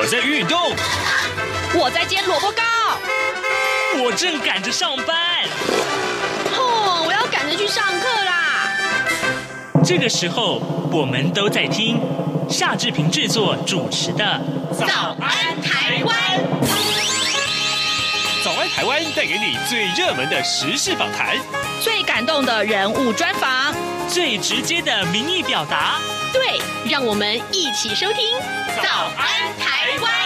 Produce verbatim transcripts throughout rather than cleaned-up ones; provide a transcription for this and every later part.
我在运动， 我在煎萝卜糕， 我正赶着上班。 哦，我要赶着去上课啦。 这个时候，我们都在听夏志平制作主持的《 早安台湾》。 早安台湾带给你最热门的时事访谈， 最感动的人物专访， 最直接的民意表达。 对，让我们一起收听《早安台湾》。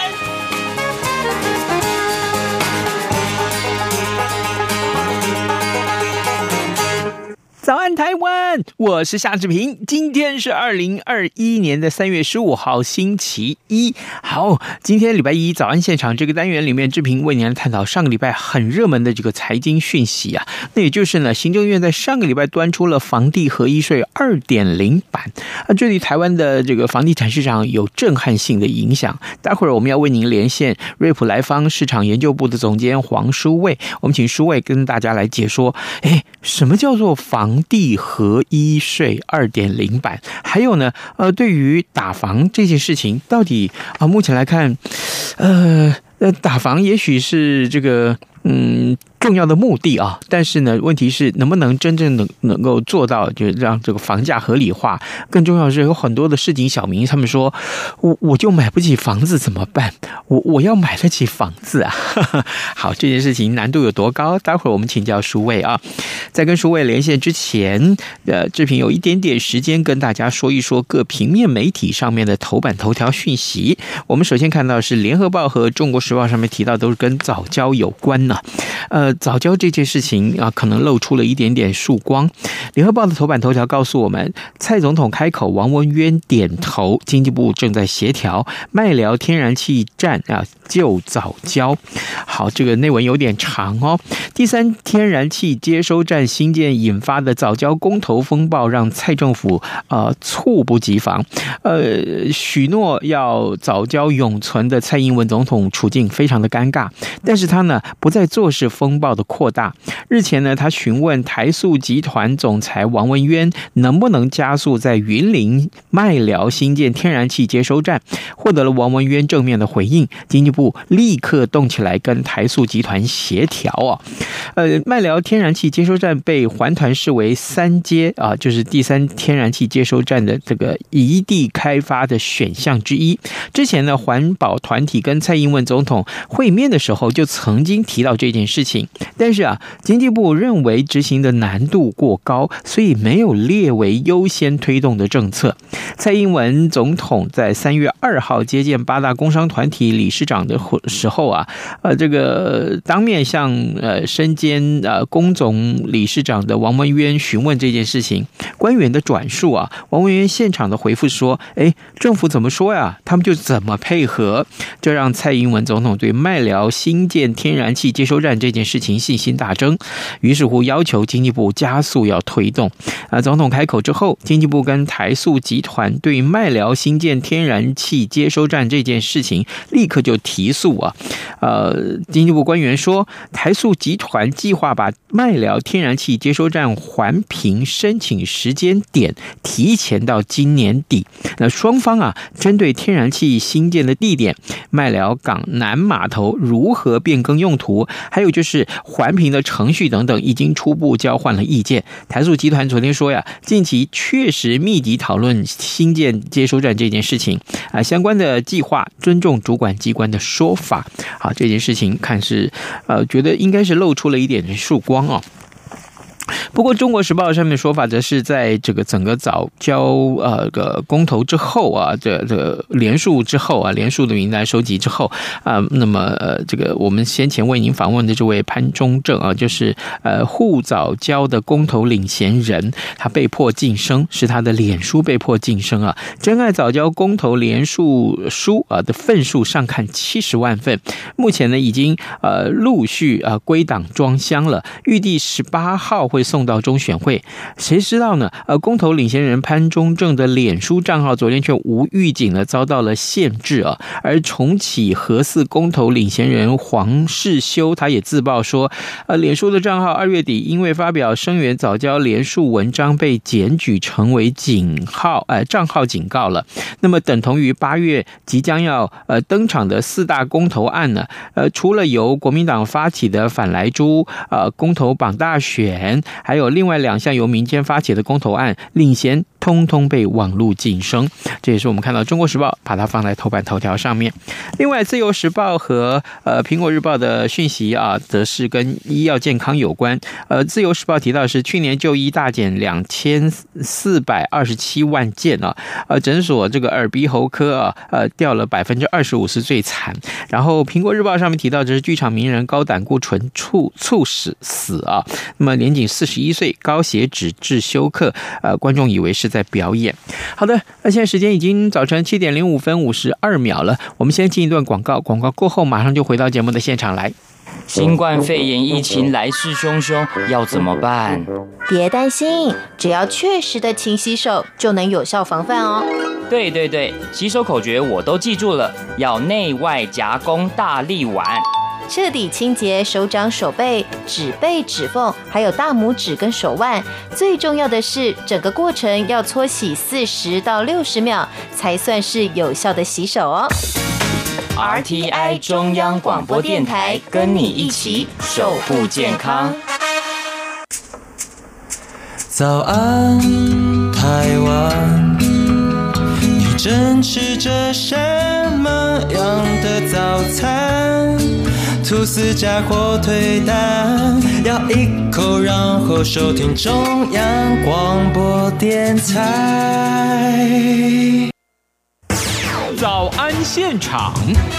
早安台湾，我是夏志平。今天是二零二一年的三月十五号，星期一。好，今天礼拜一早安现场这个单元里面，志平为您来探讨上个礼拜很热门的这个财经讯息啊。那也就是呢，行政院在上个礼拜端出了房地合一税 二点零 版啊，这对台湾的这个房地产市场有震撼性的影响。待会儿我们要为您连线瑞普莱方市场研究部的总监黄书卫，我们请书卫跟大家来解说，哎，什么叫做房地合一税 二点零 版？还有呢，呃，对于打房这件事情，到底啊，目前来看，呃呃，打房也许是这个嗯重要的目的啊，但是呢，问题是能不能真正能能够做到，就让这个房价合理化？更重要的是，有很多的市井小民，他们说，我我就买不起房子怎么办？我我要买得起房子啊！好，这件事情难度有多高？待会儿我们请教书卫啊。在跟书卫连线之前，呃，志平有一点点时间跟大家说一说各平面媒体上面的头版头条讯息。我们首先看到是联合报和中国时报上面提到都是跟早教有关呢、啊。呃，早教这件事情啊，可能露出了一点点曙光。联合报的头版头条告诉我们，蔡总统开口，王文渊点头，经济部正在协调麦寮天然气站啊救早教。好，这个内文有点长哦。第三天然气接收站新建引发的早教公投风暴，让蔡政府呃猝不及防。呃，许诺要早教永存的蔡英文总统处境非常的尴尬，但是他呢不再坐视风暴的扩大。日前呢，他询问台塑集团总裁王文渊能不能加速在云林麦寮新建天然气接收站，获得了王文渊正面的回应。经济部立刻动起来跟台塑集团协调啊。呃，麦寮天然气接收站被环团视为三接啊，就是第三天然气接收站的这个移地开发的选项之一。之前呢，环保团体跟蔡英文总统会面的时候就曾经提到这件事情，但是啊，经济部认为执行的难度过高，所以没有列为优先推动的政策。蔡英文总统在三月二号接见八大工商团体理事长的时候啊，呃，这个当面向呃身兼呃工总理事长的王文渊询问这件事情，官员的转述啊，王文渊现场的回复说，哎，政府怎么说呀，他们就怎么配合，这让蔡英文总统对麦寮新建天然气接收站这件事情信心大增，于是乎要求经济部加速要推动。啊，总统开口之后，经济部跟台塑集团对麦寮新建天然气接收站这件事情立刻就提速啊。呃，经济部官员说，台塑集团计划把麦寮天然气接收站环评申请时间点提前到今年底。那双方啊，针对天然气新建的地点、麦寮港南码头如何变更用途，还有就是环评的程序等等，已经初步交换了意见。台塑集团昨天说呀，近期确实密集讨论新建接收站这件事情啊，相关的计划尊重主管机关的说法。好，这件事情看是呃，觉得应该是露出了一点的曙光哦。不过，《中国时报》上面说法则是在这个整个早教呃个公投之后啊，这这连署之后啊，连署的名单收集之后啊，那么呃这个我们先前为您访问的这位潘忠正啊，就是呃护早教的公投领衔人，他被迫晋升，是他的脸书被迫晋升啊。真爱早教公投连署书啊的份数上看七十万份，目前呢已经呃陆续啊归档装箱了，预计十八号会送到中选会。谁知道呢？呃，公投领衔人潘忠政的脸书账号昨天却无预警的遭到了限制啊。而重启核四公投领衔人黄世修，他也自曝说，呃，脸书的账号二月底因为发表声援藻礁连署文章被检举成为警号，呃，账号警告了。那么等同于八月即将要呃登场的四大公投案呢，呃，除了由国民党发起的反莱猪呃公投绑大选，还有另外两项由民间发起的公投案，领衔通通被网络晋升。这也是我们看到《中国时报》把它放在头版头条上面。另外，《自由时报》和呃《苹果日报》的讯息啊，则是跟医药健康有关。呃，《自由时报》提到是去年就医大减两千四百二十七万件啊，呃，诊所这个耳鼻喉科啊，呃，掉了百分之二十五是最惨。然后，《苹果日报》上面提到这是剧场名人高胆固醇猝猝死死啊，那么年仅四十一岁，高血脂致休克，呃，观众以为是在表演。好的，那现在时间已经早晨七点零五分五十二秒了，我们先进一段广告，广告过后马上就回到节目的现场来。 新冠肺炎疫情来势汹汹，要怎么办？ 别担心，只要确实的勤洗手，就能有效防范哦。 对对对，洗手口诀我都记住了，要内外夹攻大力丸。 彻底清洁手掌、手背、指背、指缝，还有大拇指跟手腕。最重要的是，整个过程要搓洗四十到六十秒，才算是有效的洗手哦。 R T I 中央广播电台，跟你一起守护健康。 早安，台湾，你正吃着什么样的早餐？吐司加火腿蛋，咬一口，然后收听中央广播电台。 早安现场，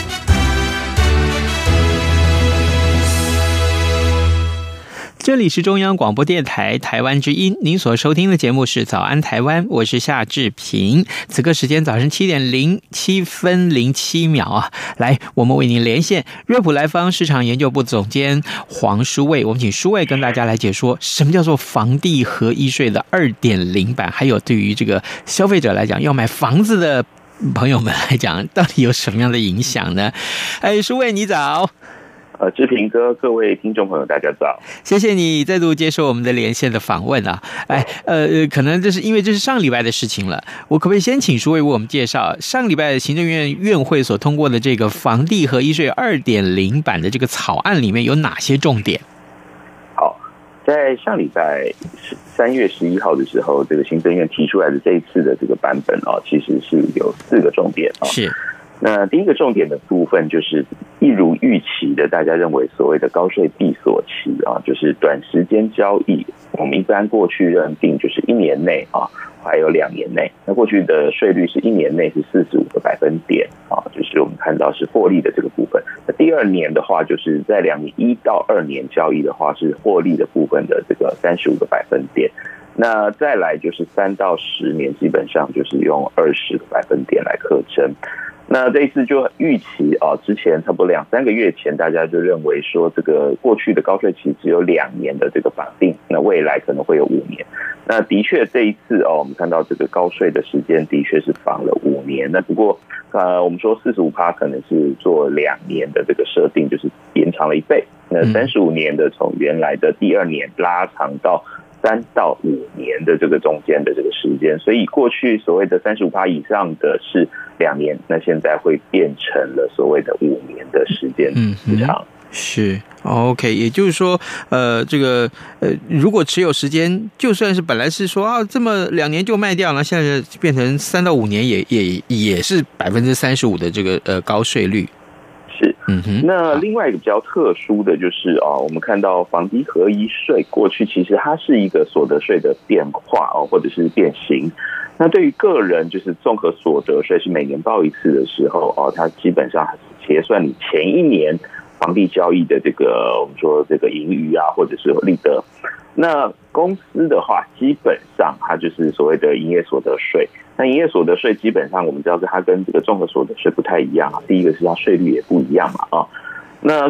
这里是中央广播电台台湾之音，您所收听的节目是早安台湾，我是夏志平。此刻时间早上七点零七分零七秒啊，来，我们为您连线瑞普莱坊市场研究部总监黄书卫，我们请书卫跟大家来解说什么叫做房地合一税的 二点零 版，还有对于这个消费者来讲要买房子的朋友们来讲，到底有什么样的影响呢？哎，书卫你早。 呃，志平哥，各位听众朋友，大家早！ 谢谢你再度接受我们的连线的访问啊！哎，呃，可能这是因为这是上礼拜的事情了，我可不可以先请书卫为我们介绍上礼拜行政院院会所通过的这个房地合一税 二点零 版的这个草案里面有哪些重点？ 好，在上礼拜三月十一号的时候，这个行政院提出来的这一次的这个版本啊，其实是有四个重点啊。 是。 那第一个重点的部分就是一如预期的，大家认为所谓的高税闭锁期啊，就是短时间交易，我们一般过去认定就是一年内啊，还有两年内。那过去的税率是一年内是四十五个百分点啊，就是我们看到是获利的这个部分。那第二年的话，就是在两年一到二年交易的话，是获利的部分的这个三十五个百分点。那再来就是三到十年，基本上就是用二十个百分点来课征。那这一次就预期啊，之前差不多两三个月前，大家就认为说，这个过去的高税期只有两年的这个绑定，那未来可能会有五年。那的确这一次哦，我们看到这个高税的时间的确是绑了五年。那不过呃，我们说 百分之四十五 可能是做两年的这个设定，就是延长了一倍。那三十五年的从原来的第二年拉长到三到五年的这个中间的这个时间，所以过去所谓的 百分之三十五 以上的是两年，那现在会变成了所谓的五年的时间之长。嗯、 是 OK， 也就是说，呃，这个呃，如果持有时间，就算是本来是说啊，这么两年就卖掉了，现在变成三到五年也，也也也是百分之三十五的这个呃高税率。 是，嗯哼。那另外一个比较特殊的就是啊，我们看到房地合一税过去其实它是一个所得税的变化哦，或者是变形。那对于个人，就是综合所得税是每年报一次的时候哦，它基本上结算你前一年房地交易的这个我们说这个盈余啊，或者是利得。那公司的话，基本上它就是所谓的营业所得税。那营业所得税基本上我们知道，它跟这个综合所得税不太一样啊。第一个是它税率也不一样嘛啊。那所以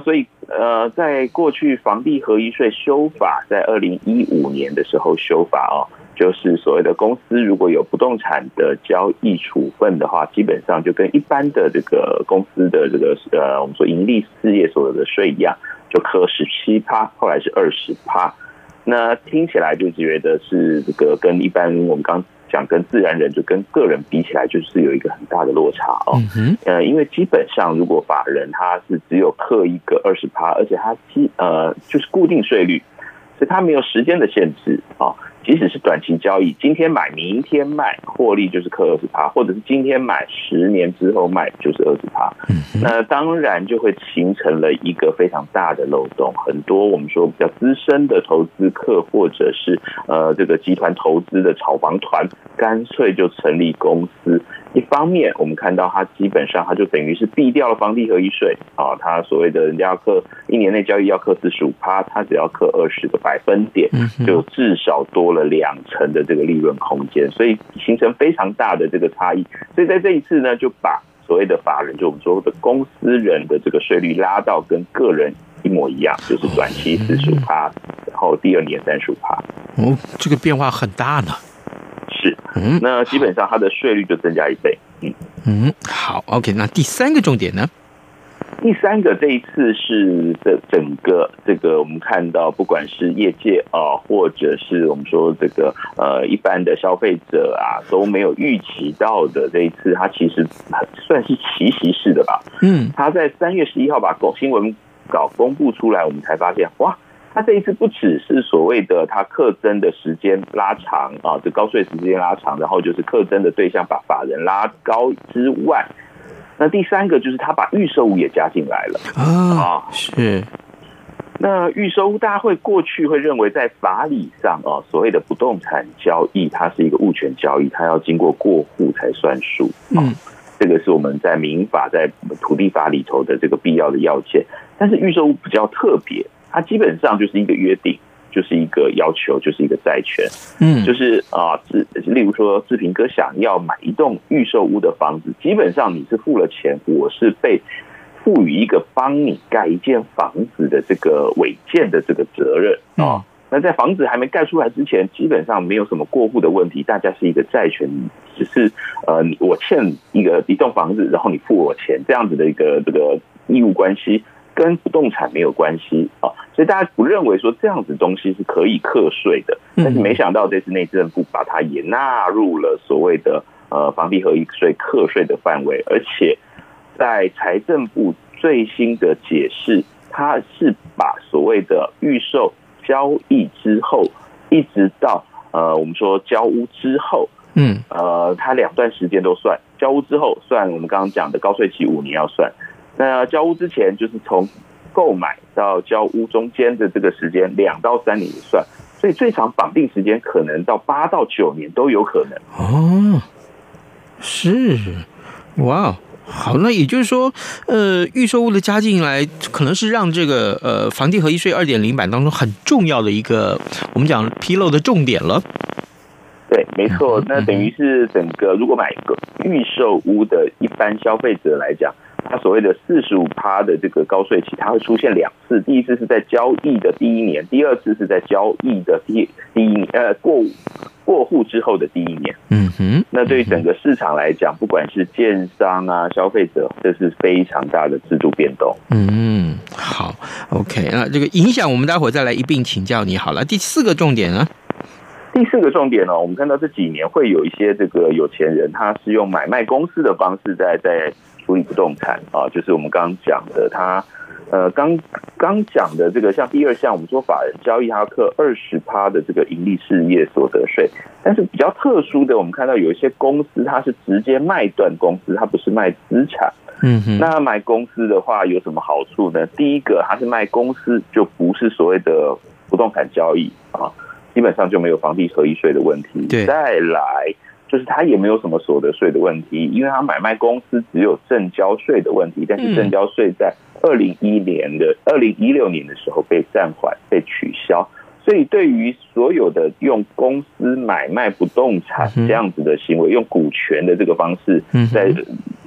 呃，在过去房地合一税修法，在二零一五年的时候修法哦，就是所谓的公司如果有不动产的交易处分的话，基本上就跟一般的这个公司的这个呃我们说盈利事业所得的税一样，就课十七趴，后来是二十趴。那听起来就觉得是这个跟一般我们刚讲跟自然人就跟个人比起来，就是有一个很大的落差哦。嗯、呃，因为基本上如果法人他是只有课一个二十趴，而且他基呃就是固定税率，所以他没有时间的限制啊、哦。即使是短期交易，今天买明天卖，获利就是课二十趴，或者是今天买十年之后卖就是二十趴。那当然就会形成了一个非常大的漏洞。很多我们说比较资深的投资客，或者是呃这个集团投资的炒房团，干脆就成立公司。一方面，我们看到它基本上它就等于是避掉了房地合一税啊，它所谓的人家要课一年内交易要课四十五趴，它只要课二十个百分点，就至少多了两成的这个利润空间，所以形成非常大的这个差异。所以在这一次呢，就把所谓的法人，就我们说的公司人的这个税率拉到跟个人一模一样，就是短期四十五趴，然后第二年三十五趴。 哦，这个变化很大呢。 是，那基本上它的税率就增加一倍。嗯嗯，好 ，OK， 那第三个重点呢？ 第三个，这一次是的整个这个我们看到，不管是业界啊，或者是我们说这个呃一般的消费者啊，都没有预期到的。这一次它其实算是奇袭式的吧。嗯，他在三月十一号把公新闻稿公布出来，我们才发现，哇，他这一次不只是所谓的他课征的时间拉长啊，这高税时间拉长，然后就是课征的对象把法人拉高之外。那第三个就是他把预售屋也加进来了啊， 是。 那预售屋大家会过去会认为在法理上啊，所谓的不动产交易，它是一个物权交易，它要经过过户才算数。嗯，这个是我们在民法在土地法里头的这个必要的要件。但是预售屋比较特别，它基本上就是一个约定。就是一个要求，就是一个债权，嗯，就是啊，志，例如说志平哥想要买一栋预售屋的房子，基本上你是付了钱，我是被赋予一个帮你盖一间房子的这个违建的这个责任啊。嗯，那在房子还没盖出来之前，基本上没有什么过户的问题，大家是一个债权，只是呃，我欠一个一栋房子，然后你付我钱，这样子的一个这个义务关系。跟不动产没有关系啊，所以大家不认为说这样子东西是可以课税的，但是没想到这次内政部把它也纳入了所谓的呃房地合一税课税的范围，而且在财政部最新的解释，它是把所谓的预售交易之后，一直到呃我们说交屋之后，嗯，呃，它两段时间都算，交屋之后算我们刚刚讲的高税期五年要算。那交屋之前就是从购买到交屋中间的这个时间，两到三年也算，所以最长绑定时间可能到八到九年都有可能。 哦，是，哇，好，那也就是说，呃，预售屋的加进来，可能是让这个呃房地合一税 二点零 版当中很重要的一个我们讲披露的重点了。 对，没错，那等于是整个如果买个预售屋的一般消费者来讲，他所谓的 百分之四十五 的这个高税期，它会出现两次，第一次是在交易的第一年，第二次是在交易的第第一呃过过户之后的第一年。嗯哼，那对于整个市场来讲，不管是建商啊、消费者，这是非常大的制度变动。 嗯，好 ，OK， 那这个影响我们待会再来一并请教你好了。第四个重点呢？ 第四个重点呢，我们看到这几年会有一些这个有钱人，他是用买卖公司的方式在在处理不动产啊，就是我们刚刚讲的，他呃刚刚讲的这个，像第二项，我们说法人交易他要课二十趴的这个盈利事业所得税，但是比较特殊的，我们看到有一些公司它是直接卖断公司，它不是卖资产。嗯哼，那买公司的话有什么好处呢？第一个，它是卖公司，就不是所谓的不动产交易啊。基本上就没有房地合一税的问题。对，再来就是他也没有什么所得税的问题，因为他买卖公司只有证交税的问题，但是证交税在二零一年的二零一六年的时候被暂缓、被取消，所以对于所有的用公司买卖不动产这样子的行为，用股权的这个方式在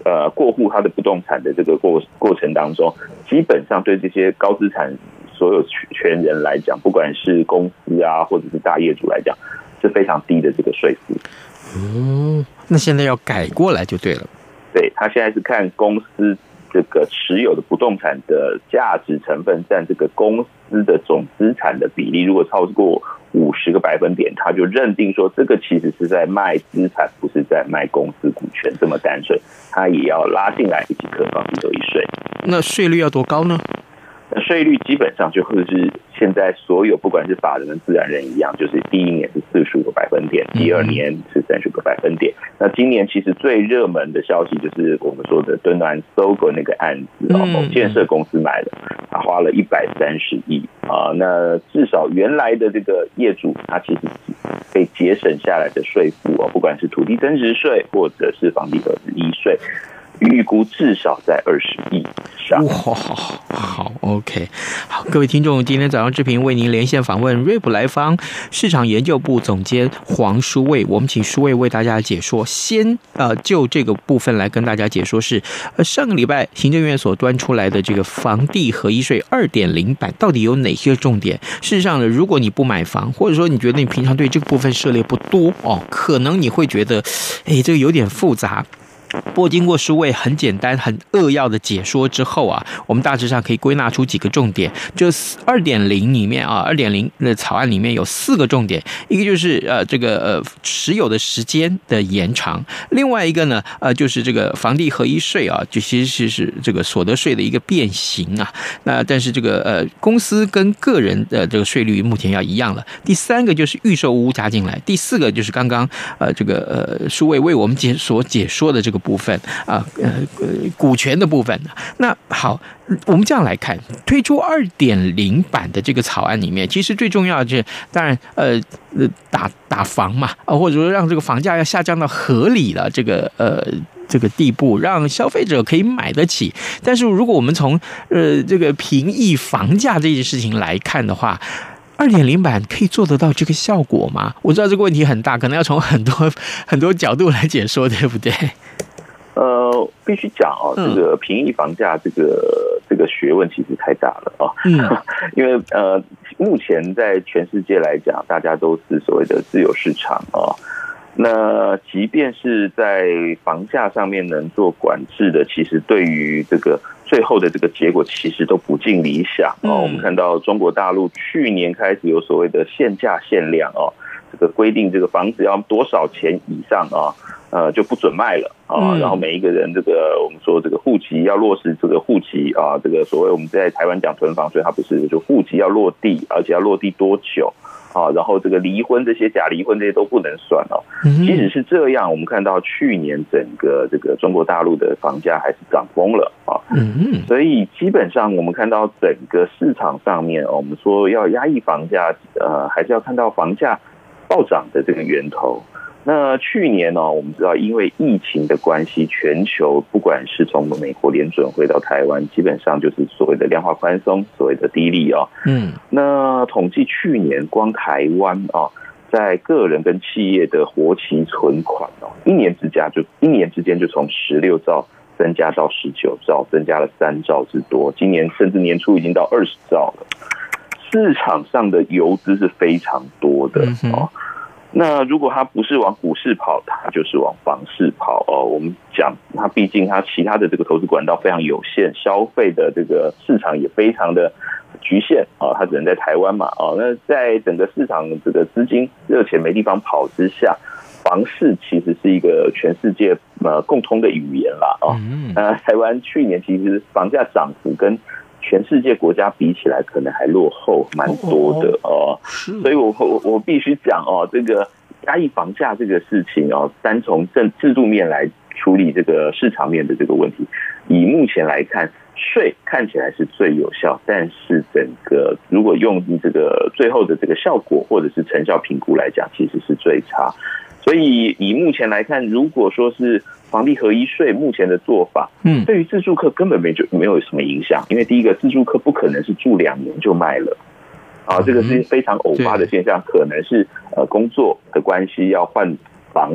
呃过户他的不动产的这个过过程当中，基本上对这些高资产所有权人来讲，不管是公司啊或者是大业主来讲，是非常低的这个税负。 哦，那现在要改过来就对了。 对，他现在是看公司这个持有的不动产的价值成分占这个公司的总资产的比例，如果超过五十个百分点，他就认定说这个其实是在卖资产，不是在卖公司股权这么单纯，他也要拉进来一起课房地合一税。 那税率要多高呢？ 那税率基本上就会是现在所有不管是法人跟自然人一样，就是第一年是四十五个百分点，第二年是三十个百分点。那今年其实最热门的消息就是我们说的敦南 S O G O 那个案子啊，某建设公司买了，他花了一百三十亿啊。那至少原来的这个业主，他其实被节省下来的税负啊，不管是土地增值税或者是房地合一税，预估至少在二十亿以上。 哇，好 ，OK， 好，各位听众，今天早上志平为您连线访问瑞普莱方市场研究部总监黄书卫，我们请书卫为大家解说。先呃，就这个部分来跟大家解说是，呃，上个礼拜行政院所端出来的这个房地合一税 二点零 版，到底有哪些重点？事实上呢，如果你不买房，或者说你觉得你平常对这个部分涉猎不多哦，可能你会觉得，哎，这个有点复杂。不过经过书卫很简单很扼要的解说之后啊，我们大致上可以归纳出几个重点。就 二点零 里面啊 二点零 的草案里面有四个重点，一个就是呃这个呃持有的时间的延长，另外一个呢呃就是这个房地合一税啊，就其实是这个所得税的一个变形啊。那但是这个呃公司跟个人的这个税率目前要一样了。第三个就是预售屋加进来，第四个就是刚刚呃这个呃书卫为我们解所解说的这个部分啊，呃，股权的部分。那好，我们这样来看，推出 二点零 版的这个草案里面，其实最重要的是，当然，呃，打打房嘛，啊，或者说让这个房价要下降到合理的这个呃这个地步，让消费者可以买得起。但是如果我们从呃这个平抑房价这件事情来看的话，二点零 版可以做得到这个效果吗？我知道这个问题很大，可能要从很多很多角度来解说，对不对？ 呃，必须讲哦，这个平抑房价这个这个学问其实太大了啊、哦，嗯，因为呃，目前在全世界来讲，大家都是所谓的自由市场啊、哦。那即便是在房价上面能做管制的，其实对于这个最后的这个结果，其实都不尽理想哦。我们看到中国大陆去年开始有所谓的限价限量哦，这个规定这个房子要多少钱以上啊。呃，就不准卖了啊，然后每一个人这个我们说这个户籍要落实这个户籍啊，这个所谓我们在台湾讲囤房税，它不是就户籍要落地，而且要落地多久啊，然后这个离婚这些假离婚这些都不能算哦。即使是这样，我们看到去年整个这个中国大陆的房价还是涨疯了啊，所以基本上我们看到整个市场上面，我们说要压抑房价，呃，还是要看到房价暴涨的这个源头。那去年呢、哦，我们知道因为疫情的关系，全球不管是从美国联准会到台湾，基本上就是所谓的量化宽松，所谓的低利哦。嗯，那统计去年光台湾啊、哦，在个人跟企业的活期存款哦，一年之间就一年之间就从十六兆增加到十九兆，增加了三兆之多。今年甚至年初已经到二十兆了，市场上的游资是非常多的哦。那如果它不是往股市跑，它就是往房市跑哦。我们讲它，毕竟它其他的这个投资管道非常有限，消费的这个市场也非常的局限啊，它只能在台湾嘛啊。那在整个市场这个资金热钱没地方跑之下，房市其实是一个全世界呃共通的语言啦啊。那台湾去年其实房价涨幅跟全世界国家比起来，可能还落后蛮多的哦，所以我我我必须讲哦，这个压抑房价这个事情哦，单从政制度面来处理这个市场面的这个问题，以目前来看，税看起来是最有效，但是整个如果用这个最后的这个效果或者是成效评估来讲，其实是最差。所以以目前来看，如果说是房地合一税目前的做法，嗯，对于自住客根本没就没有什么影响，因为第一个自住客不可能是住两年就卖了，啊，这个是非常偶发的现象，可能是呃工作的关系要换房子，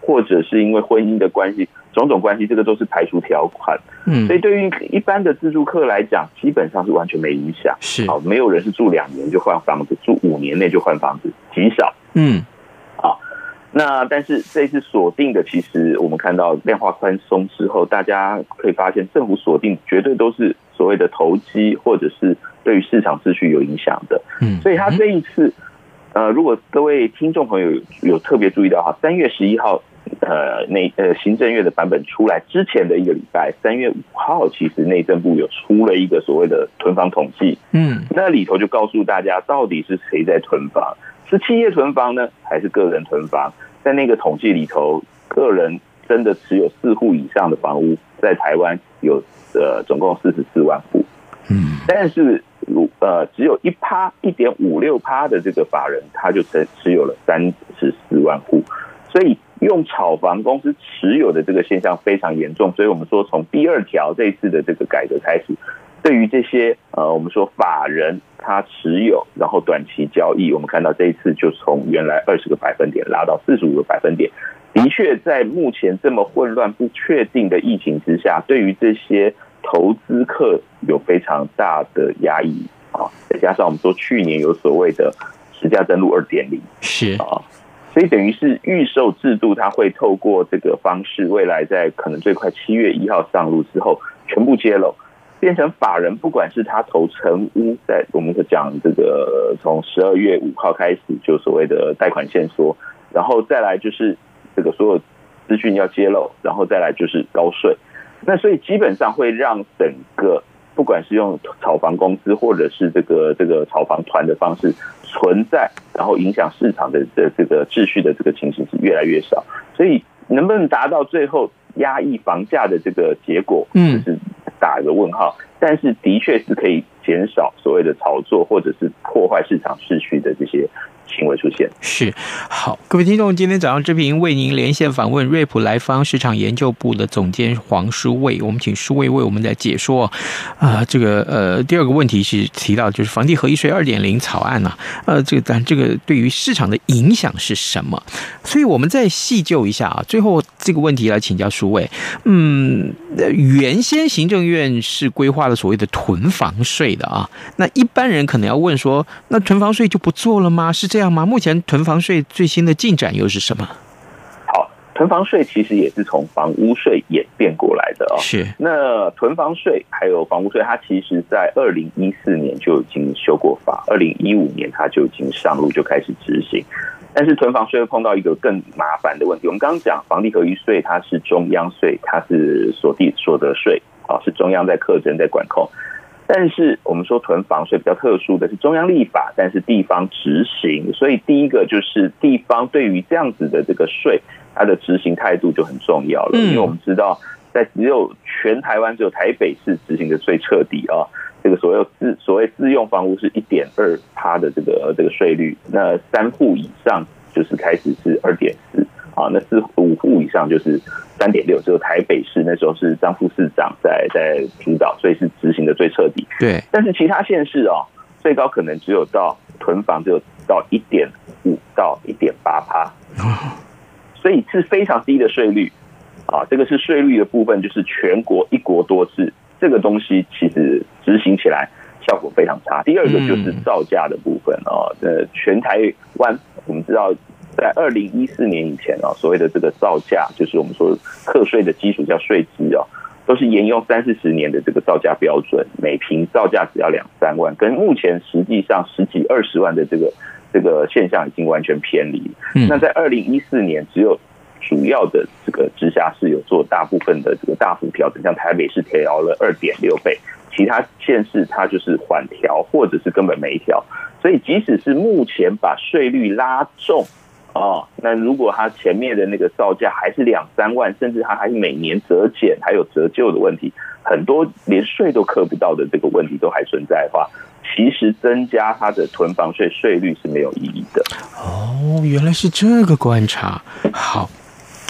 或者是因为婚姻的关系，种种关系，这个都是排除条款。嗯，所以对于一般的自住客来讲，基本上是完全没影响。 是， 好，没有人是住两年就换房子，住五年内就换房子，极少。嗯，好，那但是这次锁定的，其实我们看到量化宽松之后，大家可以发现，政府锁定绝对都是所谓的投机，或者是对于市场秩序有影响的。嗯，所以他这一次，呃，如果各位听众朋友有有特别注意到哈，三月十一号。呃，内呃行政院的版本出来之前的一个礼拜，三月五号，其实内政部有出了一个所谓的囤房统计，嗯，那里头就告诉大家到底是谁在囤房，是企业囤房呢，还是个人囤房？在那个统计里头，个人真的持有四户以上的房屋，在台湾有呃总共四十四万户，嗯，但是呃只有一趴一点五六趴的这个法人，他就持持有了三十四万户，所以。用炒房公司持有的这个现象非常严重，所以我们说从第二条这一次的这个改革开始，对于这些呃我们说法人他持有然后短期交易，我们看到这一次就从原来二十个百分点拉到四十五个百分点，的确在目前这么混乱不确定的疫情之下，对于这些投资客有非常大的压抑啊，再加上我们说去年有所谓的实价登录 二点零是啊。 所以等于是预售制度，它会透过这个方式，未来在可能最快七月一号上路之后，全部揭露，变成法人，不管是他投成屋，在我们讲这个从十二月五号开始，就所谓的贷款限缩，然后再来就是这个所有资讯要揭露，然后再来就是高税，那所以基本上会让整个不管是用炒房公司或者是这个这个炒房团的方式存在，然后影响市场的的这个秩序的这个情形是越来越少，所以能不能达到最后压抑房价的这个结果，嗯，就是打一个问号。但是的确是可以减少所谓的炒作或者是破坏市场秩序的这些行为出现。 是，好，各位听众，今天早上之平为您连线访问瑞普莱方市场研究部的总监黄书卫，我们请书卫为我们来解说啊、呃，这个呃第二个问题是提到就是房地合一税 二点零 草案啊，呃，这个但这个对于市场的影响是什么？所以我们再细究一下啊，最后这个问题来请教书卫，嗯，原先行政院是规划了所谓的囤房税的啊，那一般人可能要问说，那囤房税就不做了吗？是这样吗？目前囤房税最新的进展又是什么？ 好，囤房税其实也是从房屋税演变过来的哦。 是， 那囤房税还有房屋税，它其实在二零一四年就已经修过法，二零一五年它就已经上路就开始执行。但是囤房税会碰到一个更麻烦的问题。我们刚刚讲房地合一税，它是中央税，它是所地所得税，啊，是中央在课征在管控。但是我们说囤房税比较特殊的是中央立法，但是地方执行，所以第一个就是地方对于这样子的这个税，它的执行态度就很重要了。因为我们知道，在只有全台湾只有台北市执行的最彻底啊。这个所谓自所谓自用房屋是 一点二趴 的这个这个税率，那三户以上就是开始是 二点四 啊，那四五户以上就是 三点六， 只有台北市那时候是张副市长在在主导，所以是执行的最彻底。 对， 但是其他县市哦，最高可能只有到囤房只有到 一点五 到 一点八趴， 所以是非常低的税率啊。这个是税率的部分，就是全国一国多制。这个东西其实执行起来效果非常差。第二个就是造价的部分哦，呃，全台湾我们知道，在二零一四年以前哦，所谓的这个造价，就是我们说课税的基础叫税基哦，都是沿用三四十年的这个造价标准，每坪造价只要两三万，跟目前实际上十几二十万的这个这个现象已经完全偏离。那在二零一四年只有主要的这个直辖市有做大部分的这个大幅调整，像台北市调了 二点六倍，其他县市它就是缓调或者是根本没调。所以即使是目前把税率拉重哦，那如果它前面的那个造价还是两三万，甚至它还是每年折减还有折旧的问题，很多连税都课不到的这个问题都还存在的话，其实增加它的囤房税税率是没有意义的。 哦，原来是这个观察。好。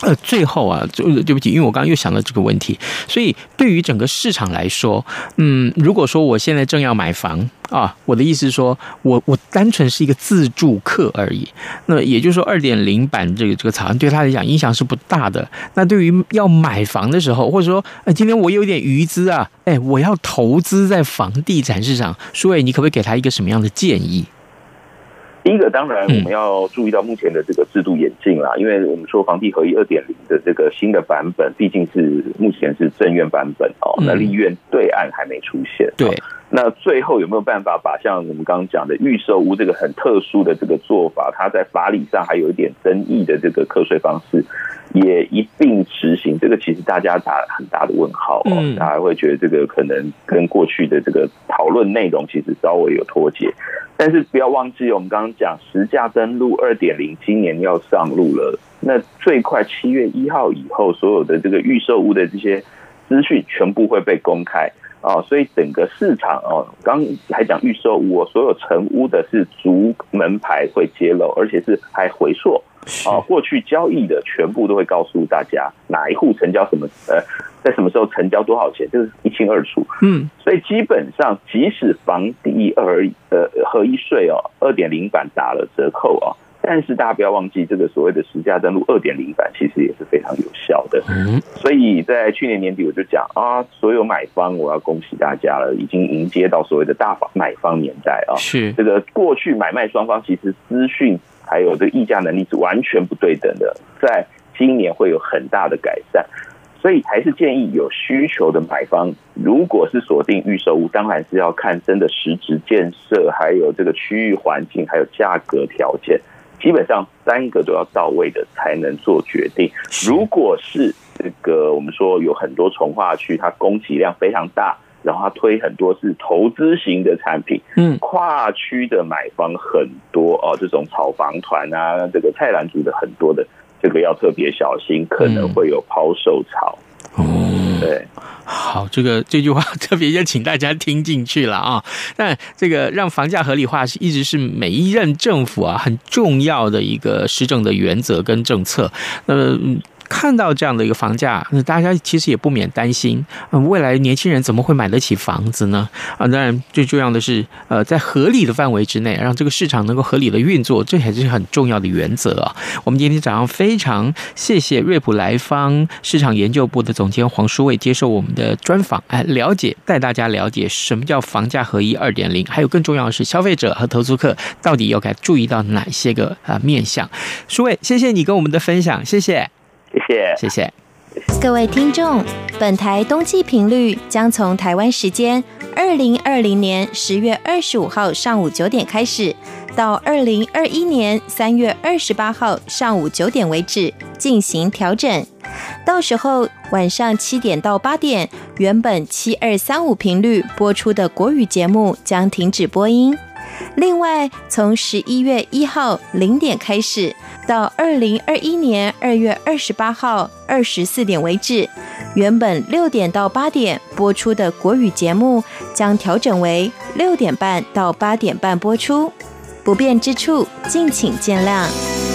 呃，最后啊，就对不起，因为我刚刚又想到这个问题，所以对于整个市场来说，嗯，如果说我现在正要买房啊，我的意思是说，我我单纯是一个自住客而已，那也就是说，二点零版这个这个草案对他来讲影响是不大的。那对于要买房的时候，或者说，呃，今天我有点余资啊，哎，我要投资在房地产市场，舒伟，你可不可以给他一个什么样的建议？ 第一个，当然我们要注意到目前的这个制度演进啦，因为我们说房地合一 二点零 的这个新的版本，毕竟是目前是政院版本哦，那立院对案还没出现。对，那最后有没有办法把像我们刚刚讲的预售屋这个很特殊的这个做法，它在法理上还有一点争议的这个课税方式，也一并执行？这个其实大家打很大的问号哦，嗯、大家会觉得这个可能跟过去的这个讨论内容其实稍微有脱节。但是不要忘记，我们刚刚讲实价登录 二点零 今年要上路了，那最快七月一号以后，所有的这个预售屋的这些资讯全部会被公开啊，所以整个市场哦，刚还讲预售屋，所有成屋的是逐门牌会揭露，而且是还回溯啊，过去交易的全部都会告诉大家哪一户成交什么呃，在什么时候成交多少钱，这是一清二楚。嗯，所以基本上即使房地二呃合一税哦 二点零 版打了折扣哦，但是大家不要忘记，这个所谓的实价登录 二点零 版其实也是非常有效的。嗯，所以在去年年底我就讲啊，所有买方我要恭喜大家了，已经迎接到所谓的大房买方年代啊。是这个过去买卖双方其实资讯还有这个议价能力是完全不对等的，在今年会有很大的改善。所以还是建议有需求的买方，如果是锁定预售屋，当然是要看真的实质建设，还有这个区域环境，还有价格条件，基本上三个都要到位的才能做决定。如果是这个我们说有很多重划区，它供给量非常大，然后它推很多是投资型的产品，嗯，跨区的买方很多哦，这种炒房团啊，这个菜篮族的很多的。这个要特别小心，可能会有抛售潮。哦，对， 好，这个这句话特别要请大家听进去了啊。但这个让房价合理化是一直是每一任政府啊很重要的一个施政的原则跟政策。那么看到这样的一个房价，那大家其实也不免担心，嗯，未来年轻人怎么会买得起房子呢？啊，当然最重要的是，呃，在合理的范围之内，让这个市场能够合理的运作，这还是很重要的原则啊。我们今天早上非常谢谢瑞普莱坊市场研究部的总监黄书卫接受我们的专访，哎，了解带大家了解什么叫房价合一 二点零， 还有更重要的是消费者和投资客到底要该注意到哪些个啊面向。书卫，谢谢你跟我们的分享，谢谢。 谢谢， 谢谢各位听众。本台冬季频率将从台湾时间二零二零年十月二十五号上午九点开始，到二零二一年三月二十八号上午九点为止进行调整。到时候晚上七点到八点，原本七二三五频率播出的国语节目将停止播音。另外，从十一月一号零点开始，到二零二一年二月二十八号二十四点为止，原本六点到八点播出的国语节目将调整为六点半到八点半播出。不便之处，敬请见谅。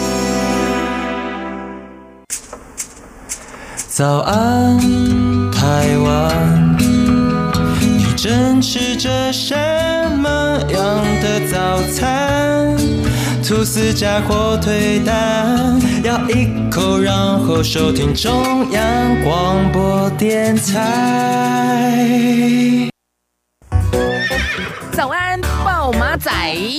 早安，台湾，你正吃着什么样的早餐？吐司加火腿蛋，咬一口，然后收听中央广播电台。 早安，暴马仔。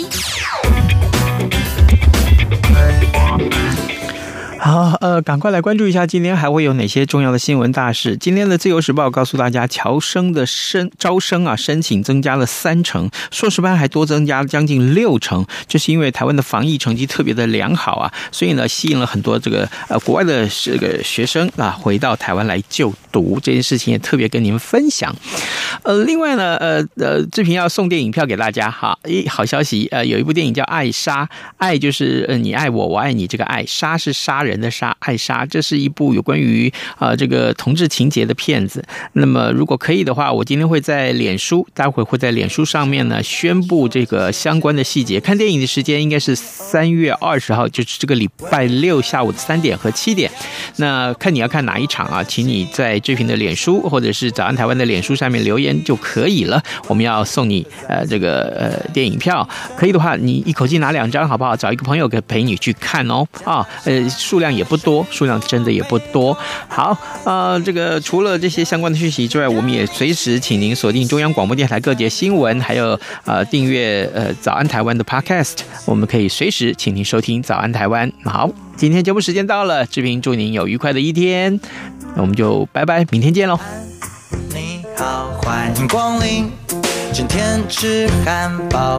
好，呃，赶快来关注一下今天还会有哪些重要的新闻大事。今天的《自由时报》告诉大家，侨生的申招生啊，申请增加了三成，硕士班还多增加将近六成。这是因为台湾的防疫成绩特别的良好啊，所以呢，吸引了很多这个呃国外的这个学生啊回到台湾来就读这件事情，也特别跟您分享。呃，另外呢，呃呃，志平要送电影票给大家哈。一好消息，呃，有一部电影叫《爱杀》，爱就是呃你爱我，我爱你这个爱，杀是杀人的杀，爱杀，这是一部有关于啊、呃、这个同志情节的片子。那么如果可以的话，我今天会在脸书，待会会在脸书上面呢宣布这个相关的细节。看电影的时间应该是三月二十号，就是这个礼拜六下午的三点和七点。那看你要看哪一场啊，请你在志平的脸书或者是早安台湾的脸书上面留言就可以了。我们要送你呃这个呃电影票，可以的话你一口气拿两张好不好？找一个朋友给陪你去看哦啊，呃数量也不多，数量真的也不多。好，呃这个除了这些相关的讯息之外，我们也随时请您锁定中央广播电台各节新闻，还有呃订阅呃早安台湾的 Podcast， 我们可以随时请您收听早安台湾。好，今天节目时间到了，志平祝您有愉快的一天，那我们就拜拜，明天见喽。 你好，欢迎光临，今天吃汉堡。